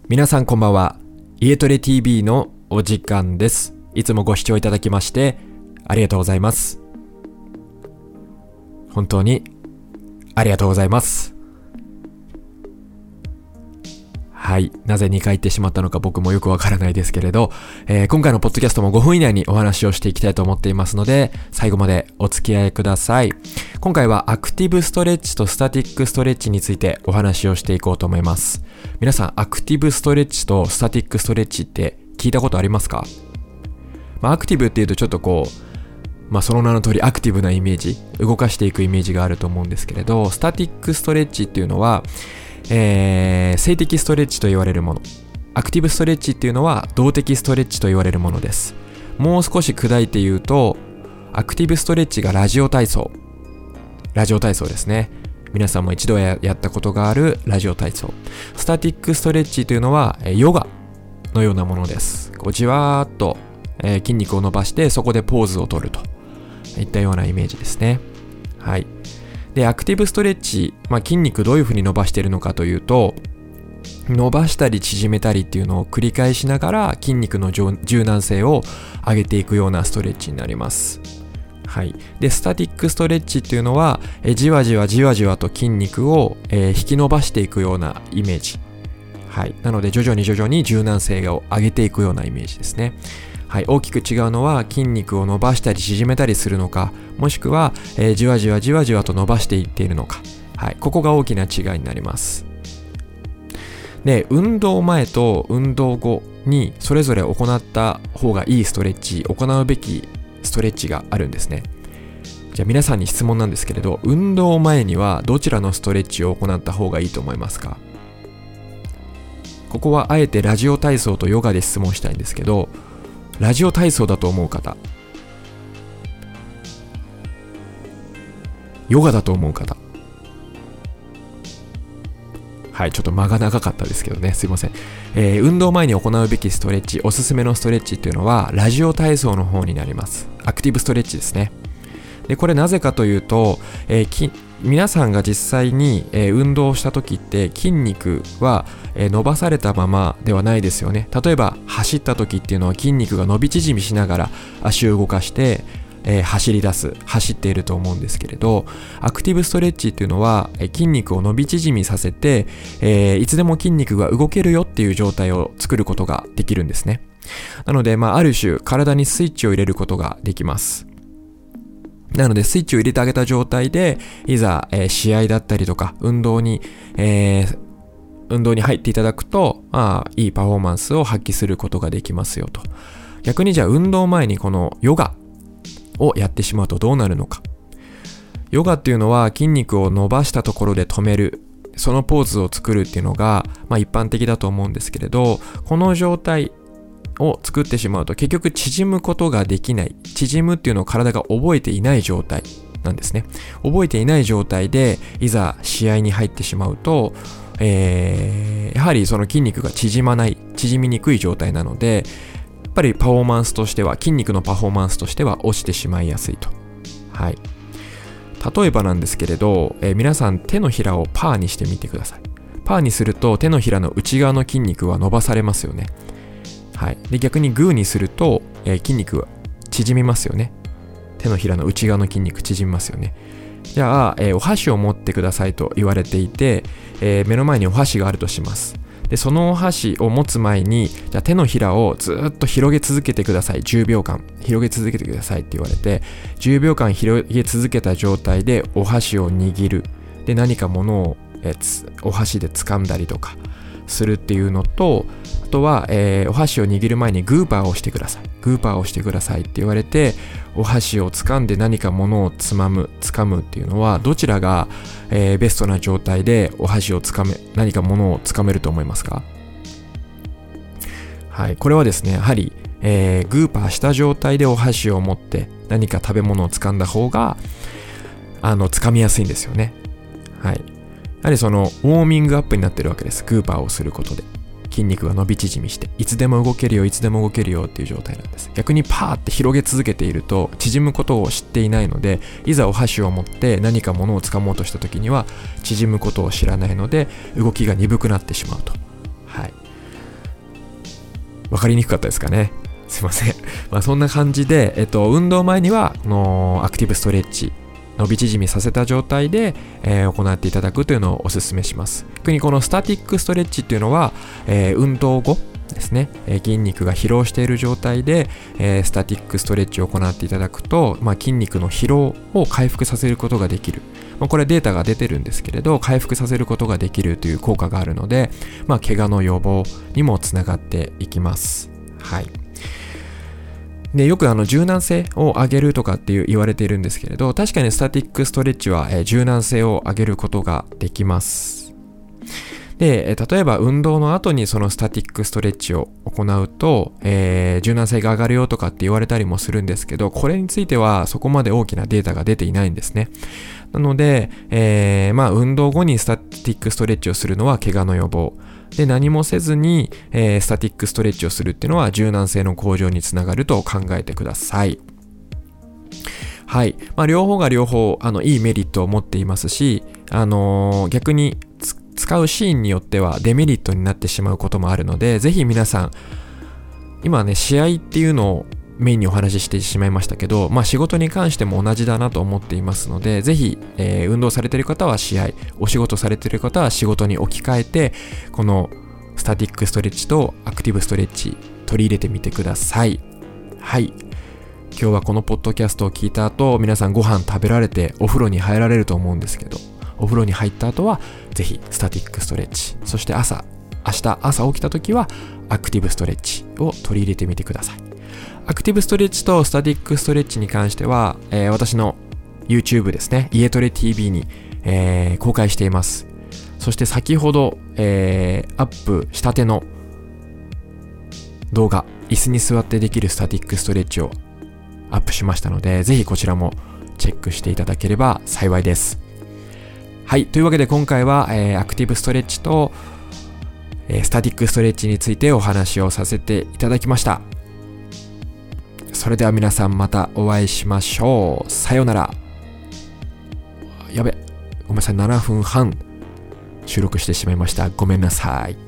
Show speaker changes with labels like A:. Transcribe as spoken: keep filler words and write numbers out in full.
A: 皆さんこんばんは。家トレ ティービー のお時間です。いつもご視聴いただきましてありがとうございます。本当にありがとうございます。はい。なぜにかい言ってしまったのか僕もよくわからないですけれど、えー、今回のポッドキャストもごふん以内にお話をしていきたいと思っていますので、最後までお付き合いください。今回はアクティブストレッチとスタティックストレッチについてお話をしていこうと思います。皆さん、アクティブストレッチとスタティックストレッチって聞いたことありますか？まあ、アクティブっていうとちょっとこう、まあその名の通りアクティブなイメージ、動かしていくイメージがあると思うんですけれど、スタティックストレッチっていうのは、えー、静的ストレッチと言われるもの。アクティブストレッチっていうのは動的ストレッチと言われるものです。もう少し砕いて言うと、アクティブストレッチがラジオ体操。ラジオ体操ですね。皆さんも一度 や, やったことがあるラジオ体操。スタティックストレッチというのはヨガのようなものです。こうじわーっと、えー、筋肉を伸ばしてそこでポーズを取るといったようなイメージですね。はい。で、アクティブストレッチ、まあ、筋肉どういうふうに伸ばしているのかというと、伸ばしたり縮めたりっていうのを繰り返しながら筋肉の柔軟性を上げていくようなストレッチになります。はい。で、スタティックストレッチっていうのは、えじわじわじわじわと筋肉を、えー、引き伸ばしていくようなイメージ。はい。なので徐々に徐々に柔軟性を上げていくようなイメージですね。はい、大きく違うのは筋肉を伸ばしたり縮めたりするのか、もしくは、えー、じわじわじわじわと伸ばしていっているのか、はい、ここが大きな違いになります。で、運動前と運動後にそれぞれ行った方がいいストレッチ、行うべきストレッチがあるんですね。じゃあ皆さんに質問なんですけれど、運動前にはどちらのストレッチを行った方がいいと思いますか？ここはあえてラジオ体操とヨガで質問したいんですけど、ラジオ体操だと思う方、ヨガだと思う方、はい、ちょっと間が長かったですけどね、すいません。えー、運動前に行うべきストレッチ、おすすめのストレッチっていうのはラジオ体操の方になります。アクティブストレッチですね。で、これなぜかというと、えー、き皆さんが実際に、えー、運動した時って筋肉は、えー、伸ばされたままではないですよね。例えば走った時っていうのは筋肉が伸び縮みしながら足を動かして、えー、走り出す走っていると思うんですけれど、アクティブストレッチっていうのは、えー、筋肉を伸び縮みさせて、えー、いつでも筋肉が動けるよっていう状態を作ることができるんですね。なので、まあ、ある種体にスイッチを入れることができます。なのでスイッチを入れてあげた状態でいざ、えー、試合だったりとか運動に、えー、運動に入っていただくと、まあ、いいパフォーマンスを発揮することができますよと。逆にじゃあ運動前にこのヨガをやってしまうとどうなるのか。ヨガっていうのは筋肉を伸ばしたところで止める、そのポーズを作るっていうのが、まあ、一般的だと思うんですけれど、この状態を作ってしまうと結局縮むことができない、縮むっていうのを体が覚えていない状態なんですね。覚えていない状態でいざ試合に入ってしまうと、えー、やはりその筋肉が縮まない、縮みにくい状態なので、やっぱりパフォーマンスとしては、筋肉のパフォーマンスとしては落ちてしまいやすいと。はい。例えばなんですけれど、えー、皆さん手のひらをパーにしてみてください。パーにすると手のひらの内側の筋肉は伸ばされますよね。はい。で、逆にグーにすると、えー、筋肉は縮みますよね。手のひらの内側の筋肉縮みますよね。じゃあ、えー、お箸を持ってくださいと言われていて、えー、目の前にお箸があるとします。で、そのお箸を持つ前に、じゃあ手のひらをずっと広げ続けてください。じゅうびょうかん広げ続けてくださいって言われて、じゅうびょうかん広げ続けた状態でお箸を握る。で、何か物を、えー、つお箸で掴んだりとかするっていうのと、あとは、えー、お箸を握る前にグーパーをしてください。グーパーをしてくださいって言われて、お箸を掴んで何か物をつまむ、掴むっていうのは、どちらが、えー、ベストな状態でお箸を掴め、何か物を掴めると思いますか？はい、これはですね、やはり、えー、グーパーした状態でお箸を持って何か食べ物を掴んだ方が、あの、掴みやすいんですよね。はい。やはりその、ウォーミングアップになってるわけです。グーパーをすることで。筋肉が伸び縮みしていつでも動けるよいつでも動けるよっていう状態なんです。逆にパーって広げ続けていると縮むことを知っていないので、いざお箸を持って何か物を掴もうとした時には縮むことを知らないので動きが鈍くなってしまうと。はい。 わかりにくかったですかね。すいません。まあそんな感じで、えっと、運動前には、このアクティブストレッチ、伸び縮みさせた状態で、えー、行っていただくというのをお勧めします。特にこのスタティックストレッチっていうのは、えー、運動後ですね、えー、筋肉が疲労している状態で、えー、スタティックストレッチを行っていただくと、まあ、筋肉の疲労を回復させることができる。まあ、これデータが出てるんですけれど、回復させることができるという効果があるので、まあ、怪我の予防にもつながっていきます。はい。で、よくあの柔軟性を上げるとかっていう言われているんですけれど、確かにスタティックストレッチは、えー、柔軟性を上げることができます。で、えー、例えば運動の後にそのスタティックストレッチを行うと、えー、柔軟性が上がるよとかって言われたりもするんですけど、これについてはそこまで大きなデータが出ていないんですね。なので、えー、まあ運動後にスタティックストレッチをするのは怪我の予防。で、何もせずに、えー、スタティックストレッチをするっていうのは柔軟性の向上につながると考えてください。はい。まあ、両方が両方、あの、いいメリットを持っていますし、あのー、逆に使うシーンによってはデメリットになってしまうこともあるので、ぜひ皆さん、今ね、試合っていうのをメインにお話ししてしまいましたけど、まあ仕事に関しても同じだなと思っていますので、ぜひ、えー、運動されている方は試合、お仕事されている方は仕事に置き換えて、このスタティックストレッチとアクティブストレッチ取り入れてみてください。はい。今日はこのポッドキャストを聞いた後、皆さんご飯食べられてお風呂に入られると思うんですけど、お風呂に入った後は、ぜひスタティックストレッチ、そして朝、明日朝起きた時はアクティブストレッチを取り入れてみてください。アクティブストレッチとスタティックストレッチに関しては、えー、私の YouTube ですね、家トレ ティーブイ に、えー、公開しています。そして先ほど、えー、アップしたての動画、椅子に座ってできるスタティックストレッチをアップしましたので、ぜひこちらもチェックしていただければ幸いです。はい、というわけで今回は、えー、アクティブストレッチと、えー、スタティックストレッチについてお話をさせていただきました。それでは皆さんまたお会いしましょう。さようなら。やべ、ごめんなさい、ななふんはん収録してしまいました。ごめんなさい。